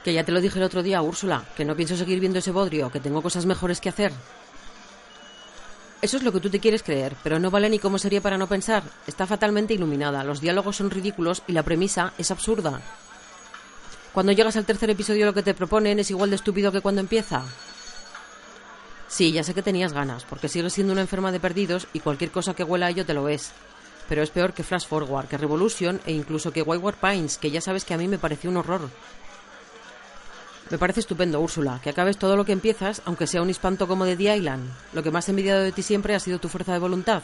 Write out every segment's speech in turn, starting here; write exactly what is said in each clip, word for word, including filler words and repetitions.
Que ya te lo dije el otro día, Úrsula, que no pienso seguir viendo ese bodrio, que tengo cosas mejores que hacer. Eso es lo que tú te quieres creer, pero no vale ni como serie para no pensar. Está fatalmente iluminada, los diálogos son ridículos y la premisa es absurda. Cuando llegas al tercer episodio lo que te proponen es igual de estúpido que cuando empieza. Sí, ya sé que tenías ganas, porque sigues siendo una enferma de perdidos y cualquier cosa que huela a ello te lo ves. Pero es peor que Flash Forward, que Revolution e incluso que Wayward Pines, que ya sabes que a mí me pareció un horror. Me parece estupendo, Úrsula, que acabes todo lo que empiezas, aunque sea un espanto como de The Island. Lo que más he envidiado de ti siempre ha sido tu fuerza de voluntad.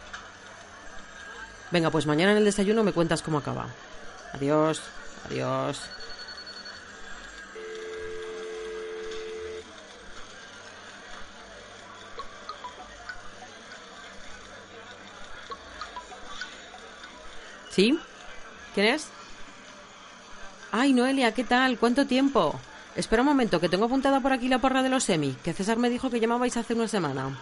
Venga, pues mañana en el desayuno me cuentas cómo acaba. Adiós, adiós. ¿Sí? ¿Quién es? Ay, Noelia, ¿qué tal? ¿Cuánto tiempo? Espera un momento, que tengo apuntada por aquí la porra de los semi, que César me dijo que llamabais hace una semana.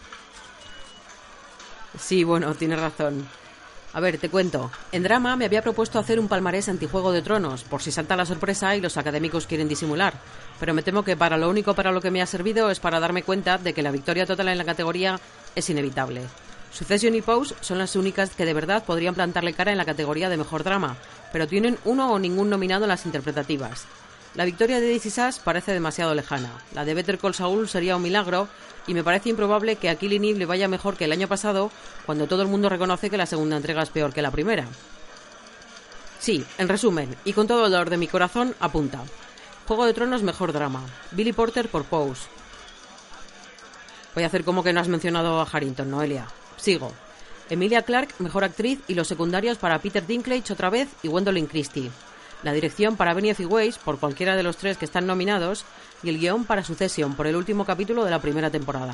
Sí, bueno, tienes razón. A ver, te cuento. En Drama me había propuesto hacer un palmarés antijuego de Tronos, por si salta la sorpresa y los académicos quieren disimular. Pero me temo que para lo único para lo que me ha servido es para darme cuenta de que la victoria total en la categoría es inevitable. Succession y Pose son las únicas que de verdad podrían plantarle cara en la categoría de mejor drama, pero tienen uno o ningún nominado en las interpretativas. La victoria de This Is Us parece demasiado lejana. La de Better Call Saul sería un milagro y me parece improbable que a Killing Eve le vaya mejor que el año pasado, cuando todo el mundo reconoce que la segunda entrega es peor que la primera. Sí, en resumen, y con todo el dolor de mi corazón, apunta. Juego de Tronos mejor drama. Billy Porter por Pose. Voy a hacer como que no has mencionado a Harrington, Noelia. Sigo. Emilia Clarke, mejor actriz, y los secundarios para Peter Dinklage otra vez y Gwendolyn Christie. La dirección para Benioff y Weiss, por cualquiera de los tres que están nominados, y el guión para Succession, por el último capítulo de la primera temporada.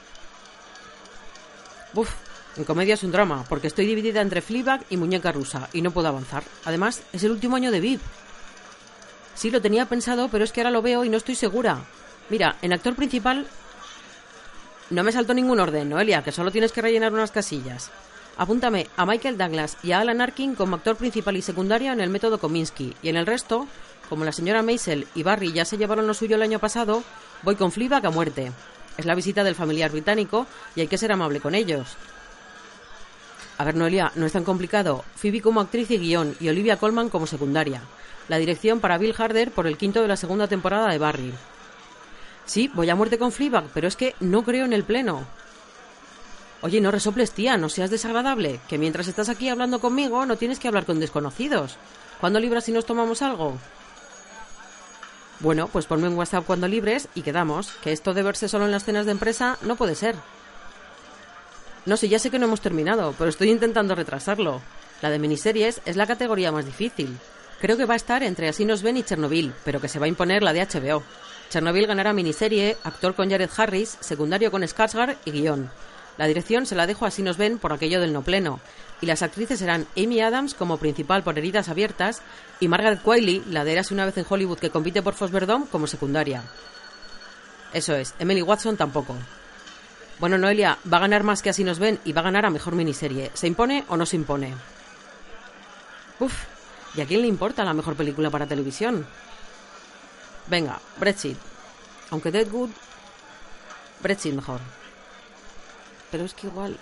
Uf, en comedia es un drama, porque estoy dividida entre Fleabag y Muñeca Rusa, y no puedo avanzar. Además, es el último año de Viv. Sí, lo tenía pensado, pero es que ahora lo veo y no estoy segura. Mira, en actor principal... No me saltó ningún orden, Noelia, que solo tienes que rellenar unas casillas. Apúntame a Michael Douglas y a Alan Arkin como actor principal y secundario en el método Kominsky, y en el resto, como la señora Maisel y Barry ya se llevaron lo suyo el año pasado, voy con Fleabag a muerte. Es la visita del familiar británico y hay que ser amable con ellos. A ver, Noelia, no es tan complicado. Phoebe como actriz y guión, y Olivia Colman como secundaria. La dirección para Bill Hader por el quinto de la segunda temporada de Barry. Sí, voy a muerte con Fleabag, pero es que no creo en el pleno. Oye, no resoples, tía, no seas desagradable, que mientras estás aquí hablando conmigo no tienes que hablar con desconocidos. ¿Cuándo libras si nos tomamos algo? Bueno, pues ponme un WhatsApp cuando libres y quedamos, que esto de verse solo en las cenas de empresa no puede ser. No sé, ya sé que no hemos terminado, pero estoy intentando retrasarlo. La de miniseries es la categoría más difícil. Creo que va a estar entre Así nos ven y Chernobyl, pero que se va a imponer la de H B O. Chernobyl ganará miniserie, actor con Jared Harris, secundario con Skarsgård y guión. La dirección se la dejo a Así nos ven por aquello del no pleno. Y las actrices serán Amy Adams como principal por Heridas abiertas y Margaret Qualley, la de Érase una vez en Hollywood que compite por Fosberdome, como secundaria. Eso es, Emily Watson tampoco. Bueno, Noelia, va a ganar más que Así nos ven y va a ganar a mejor miniserie. ¿Se impone o no se impone? Uf, ¿y a quién le importa la mejor película para televisión? Venga, Brexit. Aunque Deadwood... Brexit mejor. Pero es que igual...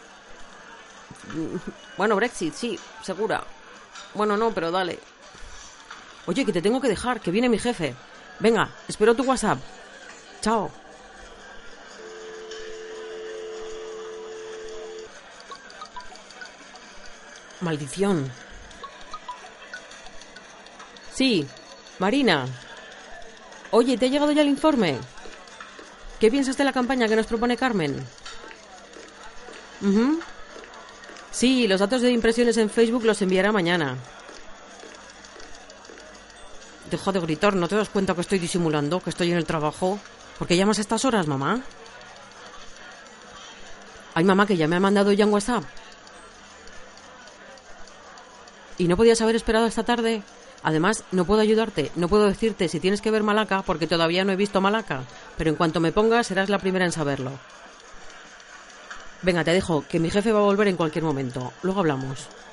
Bueno, Brexit, sí, segura. Bueno, no, pero dale. Oye, que te tengo que dejar, que viene mi jefe. Venga, espero tu WhatsApp. Chao. Maldición. Sí, Marina. Oye, ¿te ha llegado ya el informe? ¿Qué piensas de la campaña que nos propone Carmen? Uh-huh. Sí, los datos de impresiones en Facebook los enviará mañana. Deja de gritar, ¿no te das cuenta que estoy disimulando, que estoy en el trabajo? ¿Por qué llamas a estas horas, mamá? Ay, mamá, que ya me ha mandado ya en WhatsApp. ¿Y no podías haber esperado esta tarde? Además, no puedo ayudarte, no puedo decirte si tienes que ver Malaca porque todavía no he visto Malaca, pero en cuanto me pongas serás la primera en saberlo. Venga, te dejo, que mi jefe va a volver en cualquier momento. Luego hablamos.